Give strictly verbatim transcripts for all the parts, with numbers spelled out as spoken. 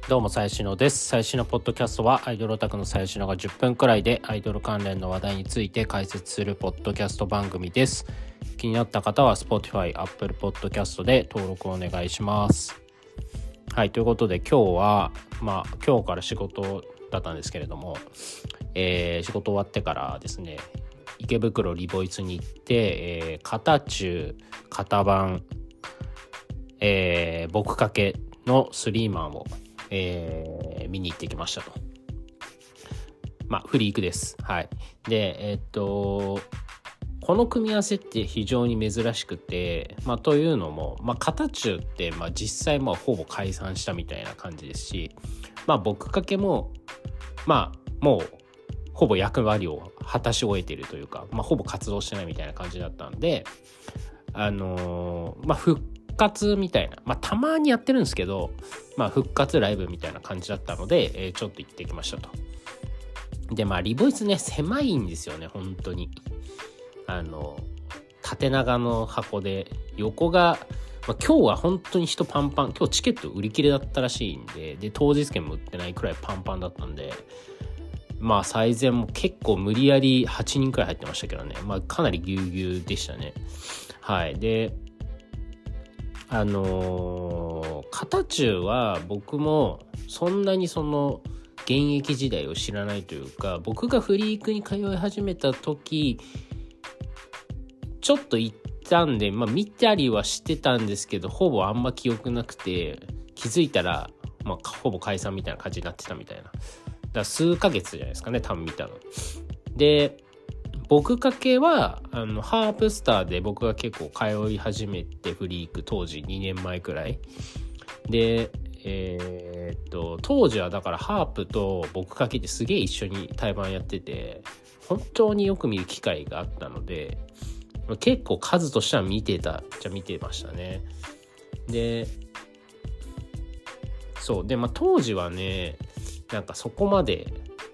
どうも最新のです。最新のポッドキャストはアイドルオタクの最新のがじゅっぷんくらいでアイドル関連の話題について解説するポッドキャスト番組です。気になった方は Spotify、Apple Podcast で登録をお願いします。はい、ということで今日はまあ今日から仕事だったんですけれども、えー、仕事終わってからですね、池袋リボイスに行って、えー、肩中、肩番、えー、僕掛けのスリーマンをえー、見に行ってきましたと。まあフリークです。はい。でえー、っとこの組み合わせって非常に珍しくて、まあというのも、まあ肩中ってまあ実際まあほぼ解散したみたいな感じですし、まあ僕掛けもまあもうほぼ役割を果たし終えているというか、まあほぼ活動してないみたいな感じだったんで、あのー、まあ復復活みたいな、まあたまにやってるんですけど、まあ復活ライブみたいな感じだったので、えー、ちょっと行ってきましたと。でまあリボイスね、狭いんですよね、本当に。あの縦長の箱で横が、まあ、今日は本当に人パンパン、今日チケット売り切れだったらしいんで、で当日券も売ってないくらいパンパンだったんで、まあ最前も結構無理やりはちにんくらい入ってましたけどね、まあかなりぎゅうぎゅうでしたね。はい。であのー、肩中は僕もそんなにその現役時代を知らないというか、僕がフリークに通い始めた時ちょっと行ったんで、まあ見たりはしてたんですけど、ほぼあんま記憶なくて、気づいたらまあほぼ解散みたいな感じになってたみたいな。だから数ヶ月じゃないですかね、多分見たので。僕掛けはあのハープスターで僕が結構通い始めて、フリーク当時にねんまえくらいで、えー、っと当時はだからハープと僕掛けってすげえ一緒に対バンやってて、本当によく見る機会があったので、結構数としては見てたじゃ見てましたね。でそうでまあ当時はね、なんかそこまで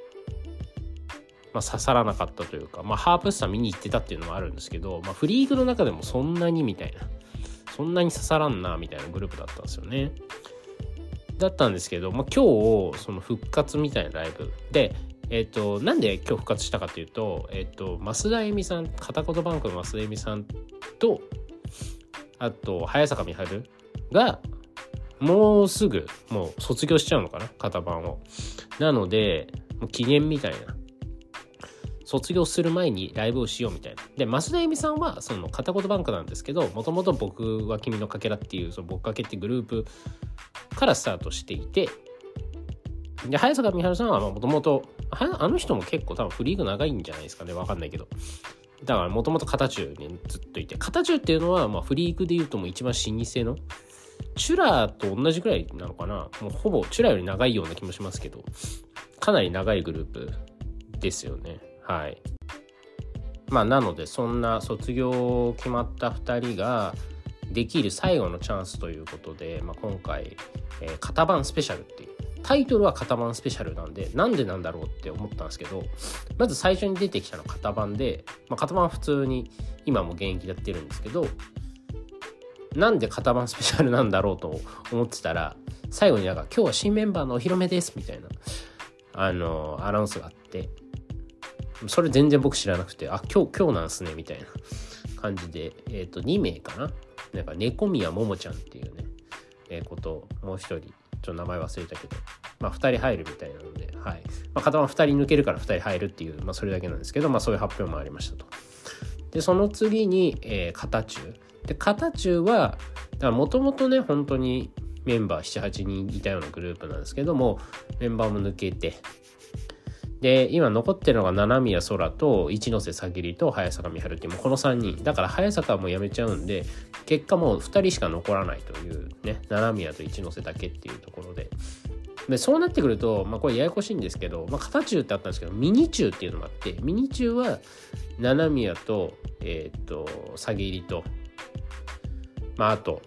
まあ、刺さらなかったというか、まあ、ハープスター見に行ってたっていうのもあるんですけど、まあ、フリークの中でもそんなにみたいな、そんなに刺さらんなみたいなグループだったんですよね。だったんですけど、まあ、今日その復活みたいなライブで、えっとなんで今日復活したかっていうと、えっと増田恵美さん、片言バンクの増田恵美さんと、あと早坂美晴がもうすぐもう卒業しちゃうのかな、片番を。なのでもう記念みたいな、卒業する前にライブをしようみたいな。で増田恵美さんはその片言バンクなんですけど、もともと僕は君のかけらっていうその僕かけってグループからスタートしていて、で早坂美晴さんはもともとあの人も結構多分フリーク長いんじゃないですかね、わかんないけど、だからもともと片中にずっといて、片中っていうのはまあフリークでいうともう一番老舗のチュラと同じくらいなのかな、もうほぼチュラより長いような気もしますけど、かなり長いグループですよね。はい。まあなのでそんな卒業決まったふたりができる最後のチャンスということで、まあ、今回、えー、型番スペシャルっていうタイトルは型番スペシャルなんで、なんでなんだろうって思ったんですけど、まず最初に出てきたのは型番で、まあ、型番は普通に今も現役でやってるんですけど、なんで型番スペシャルなんだろうと思ってたら、最後になんか今日は新メンバーのお披露目ですみたいなあのアナウンスがあって、それ全然僕知らなくて、あ今日今日なんすねみたいな感じで、えっとにめいかな、なんか猫宮ももちゃんっていうね、えー、こともう一人ちょっと名前忘れたけど、まあふたり入るみたいなので、はい、まあ片番ふたり抜けるからふたり入るっていう、まあそれだけなんですけど、まあそういう発表もありましたと。でその次に、えー、片中で片中はもともとね本当にメンバーななはちにんいたようなグループなんですけども、メンバーも抜けて、で今残ってるのが七宮空と一ノ瀬さぎりと早坂美晴っていう、もうこのさんにんだから、早坂はもう辞めちゃうんで結果もうふたりしか残らないというね、七宮と一ノ瀬だけっていうところで、でそうなってくると、まあ、これややこしいんですけど、まあ、片中ってあったんですけどミニ中っていうのもあって、ミニ中は七宮とえっ、ー、とさぎりと、まああと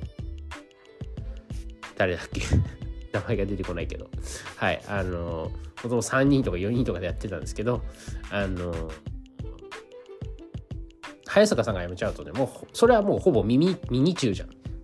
誰だっけ名前が出てこないけど、はいあのもともとさんにんとかよにんとかでやってたんですけど、あの早坂さんが辞めちゃうとね、もうそれはもうほぼミニミニ中じゃん。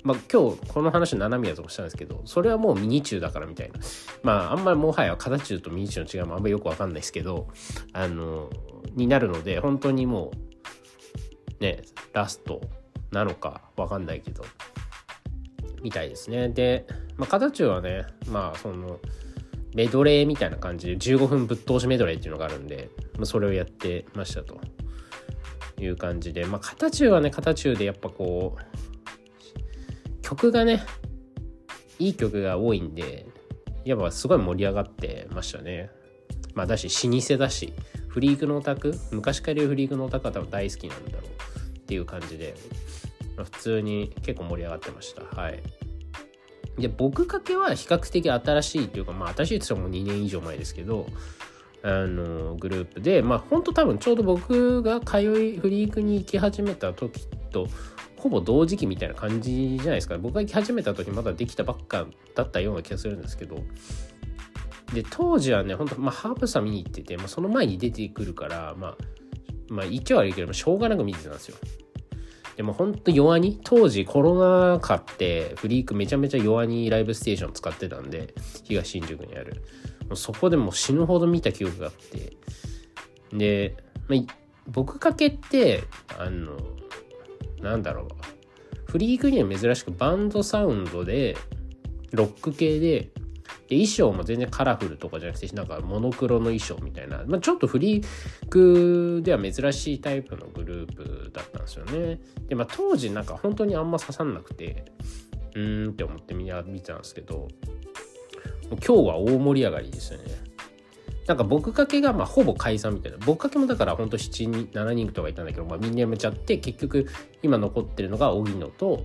まあ今日この話七宮ともしたんですけど、それはもうミニチュウだからみたいな、まああんまりもはや型中とミニチュウの違いもあんまりよくわかんないですけど、あのになるので、本当にもうねラストなのかわかんないけどみたいですね。で、まあ、型中はね、まあそのメドレーみたいな感じでじゅうごふんぶっ通しメドレーっていうのがあるんで、まあ、それをやってましたという感じで、まあ型中はね型中でやっぱこう曲がねいい曲が多いんで、やっぱすごい盛り上がってましたね。まあだし老舗だし、フリークのオタク、昔から言うフリークのオタクは多分大好きなんだろうっていう感じで、まあ、普通に結構盛り上がってました。はい。で、僕かけは比較的新しいというか、まあ新しいって言ってももうにねん以上前ですけど、あのグループで、まあ本当多分ちょうど僕が通いフリークに行き始めた時とほぼ同時期みたいな感じじゃないですか。僕が行き始めた時まだできたばっかだったような気がするんですけど、で当時はね本当まあハープさん見に行ってて、まあ、その前に出てくるから、まあまあ言っちゃ悪いけどしょうがなく見てたんですよ。でも本当弱に、当時コロナ禍ってフリークめちゃめちゃ弱にライブステーション使ってたんで、東新宿にある、もうそこでもう死ぬほど見た記憶があって、で、まあ、僕かけってあのなんだろう、フリークには珍しくバンドサウンドでロック系で、で衣装も全然カラフルとかじゃなくてなんかモノクロの衣装みたいな、まあ、ちょっとフリークでは珍しいタイプのグループだったんですよね。で、まあ、当時なんか本当にあんま刺さんなくてうーんって思ってみんな見てたんですけど、もう今日は大盛り上がりでしたね。なんか僕かけがまあほぼ解散みたいな、僕かけもだからほんとななにん、しちにんとかいたんだけど、まあ、みんな辞めちゃって結局今残ってるのが荻野と、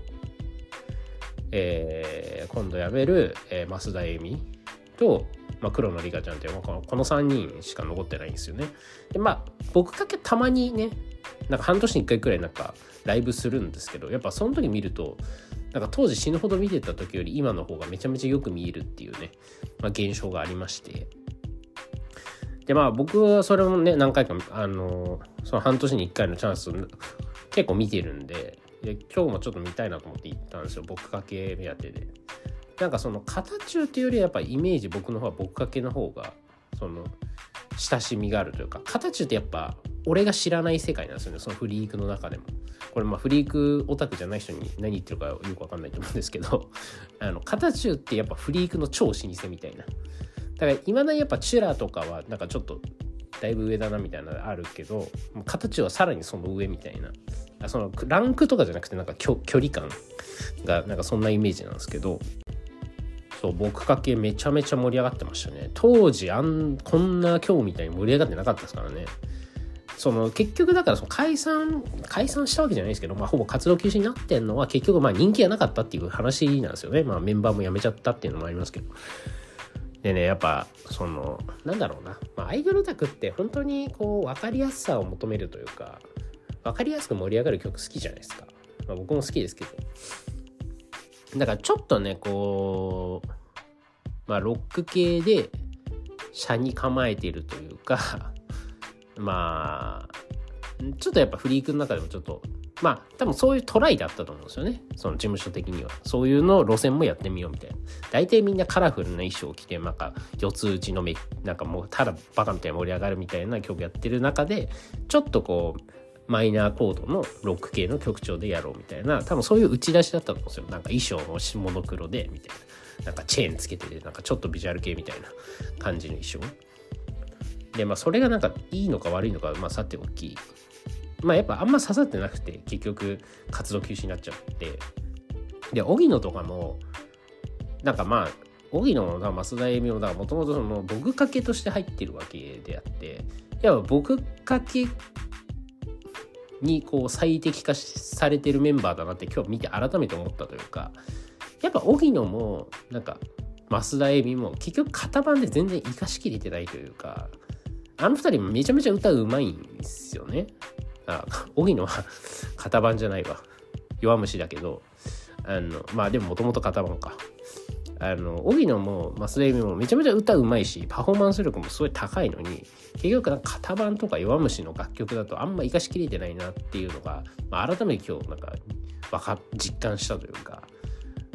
えー、今度辞める、えー、増田恵美と、まあ、黒野里香ちゃんっていう、まあ、この、このさんにんしか残ってないんですよね。でまあ僕かけたまにねなんか半年にいっかいくらいなんかライブするんですけど、やっぱその時見るとなんか当時死ぬほど見てた時より今の方がめちゃめちゃよく見えるっていうね、まあ、現象がありまして、でまあ僕はそれもね何回かあのその半年にいっかいのチャンス結構見てるんで、で今日もちょっと見たいなと思って行ったんですよ、僕かけ目当てで。なんかその型中っていうよりやっぱイメージ僕の方は僕かけの方がその親しみがあるというか、型中ってやっぱ俺が知らない世界なんですよね、そのフリークの中でも。これまあフリークオタクじゃない人に何言ってるかよくわかんないと思うんですけど、あの型中ってやっぱフリークの超老舗みたいな。だからいまだにやっぱチュラとかはなんかちょっとだいぶ上だなみたいなのあるけど、形はさらにその上みたいな、そのランクとかじゃなくてなんか 距, 距離感がなんかそんなイメージなんですけど、そう僕かけめちゃめちゃ盛り上がってましたね。当時あんこんな今日みたいに盛り上がってなかったですからね。その結局だからその解散解散したわけじゃないですけど、まあ、ほぼ活動休止になってんのは結局まあ人気がなかったっていう話なんですよね。まあメンバーも辞めちゃったっていうのもありますけど。でね、やっぱそのなんだろうな、まあ、アイドルオタクって本当にこう分かりやすさを求めるというか、分かりやすく盛り上がる曲好きじゃないですか。まあ、僕も好きですけど、だからちょっとねこうまあロック系で車に構えているというかまあちょっとやっぱフリークの中でもちょっとまあ多分そういうトライだったと思うんですよね、その事務所的には。そういうの路線もやってみようみたいな。大体みんなカラフルな衣装を着てなんか四つ打ちのめなんかもうただバカみたいに盛り上がるみたいな曲やってる中で、ちょっとこうマイナーコードのロック系の曲調でやろうみたいな、多分そういう打ち出しだったと思うんですよ。なんか衣装もモノクロでみたいな、なんかチェーンつけててなんかちょっとビジュアル系みたいな感じの衣装で、まあそれがなんかいいのか悪いのかまあさておき、まあやっぱあんま刺さってなくて結局活動休止になっちゃって、で荻野とかもなんかまあ荻野の増田恵美ももともとその僕かけとして入ってるわけであって、やっぱ僕かけにこう最適化されてるメンバーだなって今日見て改めて思ったというか、やっぱ荻野もなんか増田恵美も結局型番で全然生かしきれてないというか、あの二人もめちゃめちゃ歌うまいんですよね。あ、荻野は型番じゃないわ、弱虫だけど、あのまあでももともと型番か。あの荻野も増田恵美もめちゃめちゃ歌うまいしパフォーマンス力もすごい高いのに、結局なんか型番とか弱虫の楽曲だとあんま活かしきれてないなっていうのが、まあ、改めて今日なんかわか実感したというか、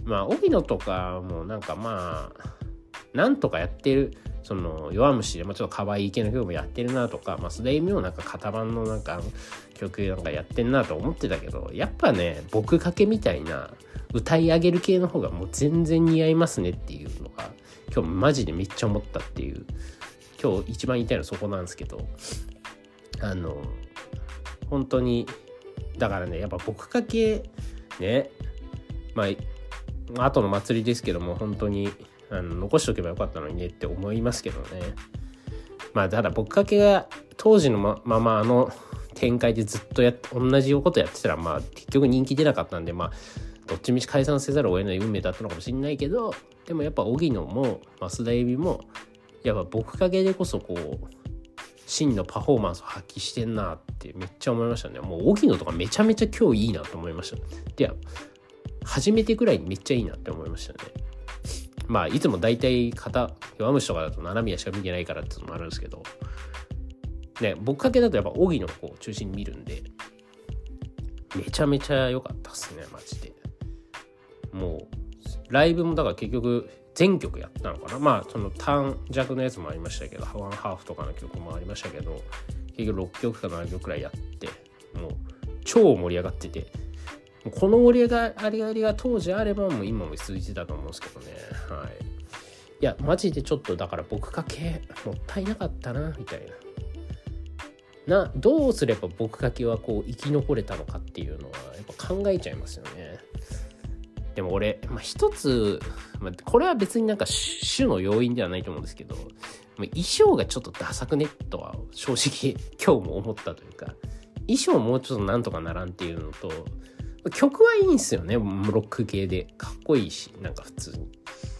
まあ荻野とかもなんかまあなんとかやってる、その弱虫でもちょっと可愛い系の曲もやってるなとか、まあ須田由美もなんか型番のなんか曲なんかやってんなと思ってたけど、やっぱね僕かけみたいな歌い上げる系の方がもう全然似合いますねっていうのが今日マジでめっちゃ思ったっていう、今日一番言いたいのはそこなんですけど、あの本当にだからねやっぱ僕かけね、まあ後の祭りですけども本当にあの残しておけばよかったのにねって思いますけどね。まあただ僕かけが当時の ま, ままあの展開でずっとやって同じことやってたらまあ結局人気出なかったんで、まあどっちみち解散せざるを得ない運命だったのかもしれないけど、でもやっぱ荻野も増田由美もやっぱ僕かけでこそこう真のパフォーマンスを発揮してんなってめっちゃ思いましたね。もう荻野とかめちゃめちゃ今日いいなと思いました。で初めてくらいにめっちゃいいなって思いましたね。まあいつも大体片弱虫とかだと七宮しか見てないからっていうのもあるんですけどね、僕かけだとやっぱ荻野をこう中心に見るんでめちゃめちゃ良かったっすねマジで。もうライブもだから結局全曲やったのかな、まあその短尺のやつもありましたけどワンハーフとかの曲もありましたけど結局ろっきょくかななきょくくらいやってもう超盛り上がってて、この盛り上がりが当時あればもう今も続いてたと思うんですけどね。はい。いやマジでちょっとだから僕かけもったいなかったなみたいな。などうすれば僕かけはこう生き残れたのかっていうのはやっぱ考えちゃいますよね。でも俺、まあ、一つ、まあ、これは別になんか主の要因ではないと思うんですけど、まあ、衣装がちょっとダサくねとは正直今日も思ったというか、衣装もうちょっとなんとかならんっていうのと、曲はいいんですよね。ロック系でかっこいいし、なんか普通に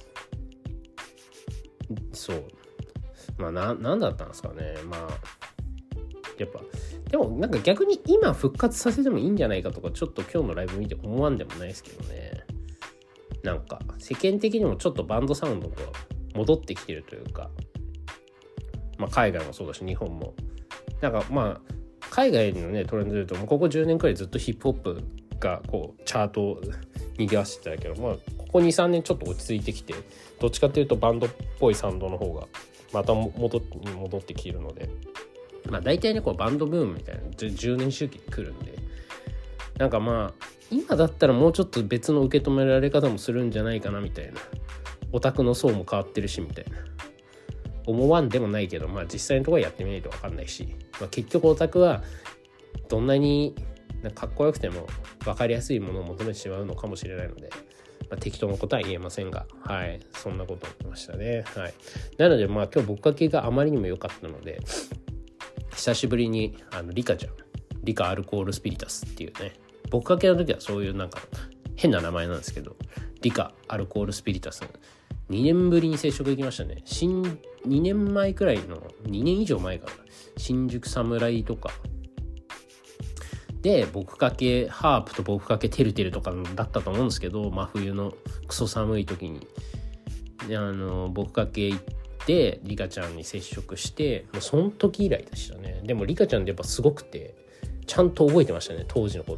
そうまあななんだったんですかね。まあやっぱでもなんか逆に今復活させてもいいんじゃないかとかちょっと今日のライブ見て思わんでもないですけどね。なんか世間的にもちょっとバンドサウンドが戻ってきてるというか、まあ海外もそうだし日本もなんかまあ海外のねトレンドで言うともうここじゅうねんくらいずっとヒップホップがこうチャートを賑わしてたけど、まあここ に,さん 年ちょっと落ち着いてきてどっちかっていうとバンドっぽいサウンドの方がまた戻って戻ってきてるので、まあ大体ねこうバンドブームみたいなじゅうねん周期で来るんで、なんかまあ今だったらもうちょっと別の受け止められ方もするんじゃないかなみたいな、オタクの層も変わってるしみたいな思わんでもないけど、まあ実際のところやってみないと分かんないし、まあ、結局オタクはどんなにかっこよくても分かりやすいものを求めてしまうのかもしれないので、まあ、適当なことは言えませんが、はいそんなこと思いましたね。はい。なのでまあ今日僕かけがあまりにも良かったので久しぶりにあのリカちゃんリカアルコールスピリタスっていうね、僕かけの時はそういうなんか変な名前なんですけどリカアルコールスピリタスにねんぶりに接触できましたね。新にねんまえくらいのにねん以上前かな、新宿サムライとかで僕かけハープと僕かけてるてるとかだったと思うんですけど、真冬のクソ寒い時にであの僕かけ行ってリカちゃんに接触してもうその時以来でしたね。でもリカちゃんってやっぱすごくてちゃんと覚えてましたね当時のこと。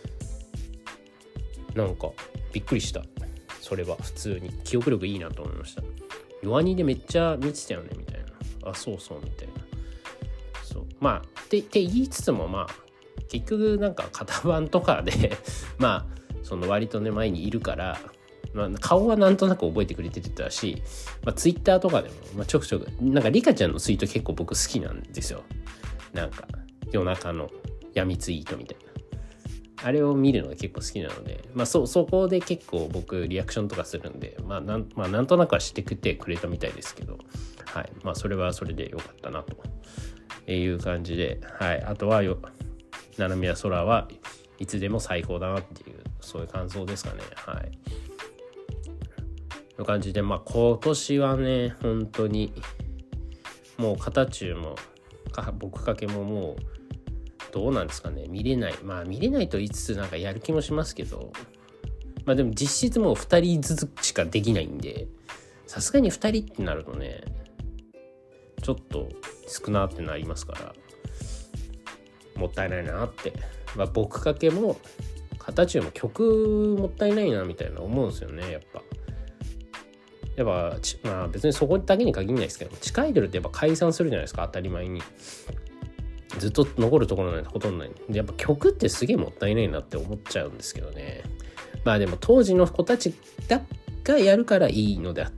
なんかびっくりした。それは普通に記憶力いいなと思いました。弱にでめっちゃ見てたよねみたいな、あそうそうみたいな。そうまあってって言いつつもまあ結局なんか型番とかでまあその割とね前にいるから、まあ、顔はなんとなく覚えてくれてたし、まあ、ツイッターとかでも、まあ、ちょくちょくなんかリカちゃんのツイート結構僕好きなんですよ。なんか夜中の闇ツイートみたいなあれを見るのが結構好きなので、まあ、そ, そこで結構僕リアクションとかするんで、まあなんまあ、なんとなくはしてくれてくれたみたいですけど、はいまあ、それはそれでよかったなという感じで、はい、あとはよ七宮空はいつでも最高だなっていうそういう感想ですかね。はい。という感じで、まあ今年はね本当にもう片中も僕かけももうどうなんですかね、見れないまあ見れないと言いつつなんかやる気もしますけど、まあでも実質もうふたりずつしかできないんで、さすがにふたりってなるとねちょっと少なってなりますからもったいないなって、まあ、僕かけも片中も曲もったいないなみたいな思うんですよね。やっぱやっぱち、まあ、別にそこだけに限らないですけど、地下アイドルってやっぱ解散するじゃないですか、当たり前に。ずっと残るところなんてほとんどない。でやっぱ曲ってすげえもったいないなって思っちゃうんですけどね。まあでも当時の子たちだがやるからいいのであって、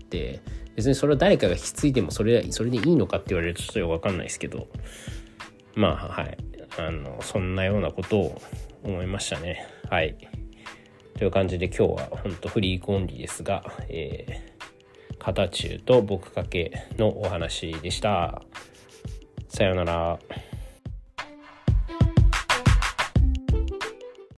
別にそれを誰かが引き継いでもそれそれでいいのかって言われるとちょっとよくわかんないですけど、まあはい、あのそんなようなことを思いましたね。はい。という感じで今日は本当フリークオンリーですが、えー、片中と僕かけのお話でした。さようなら。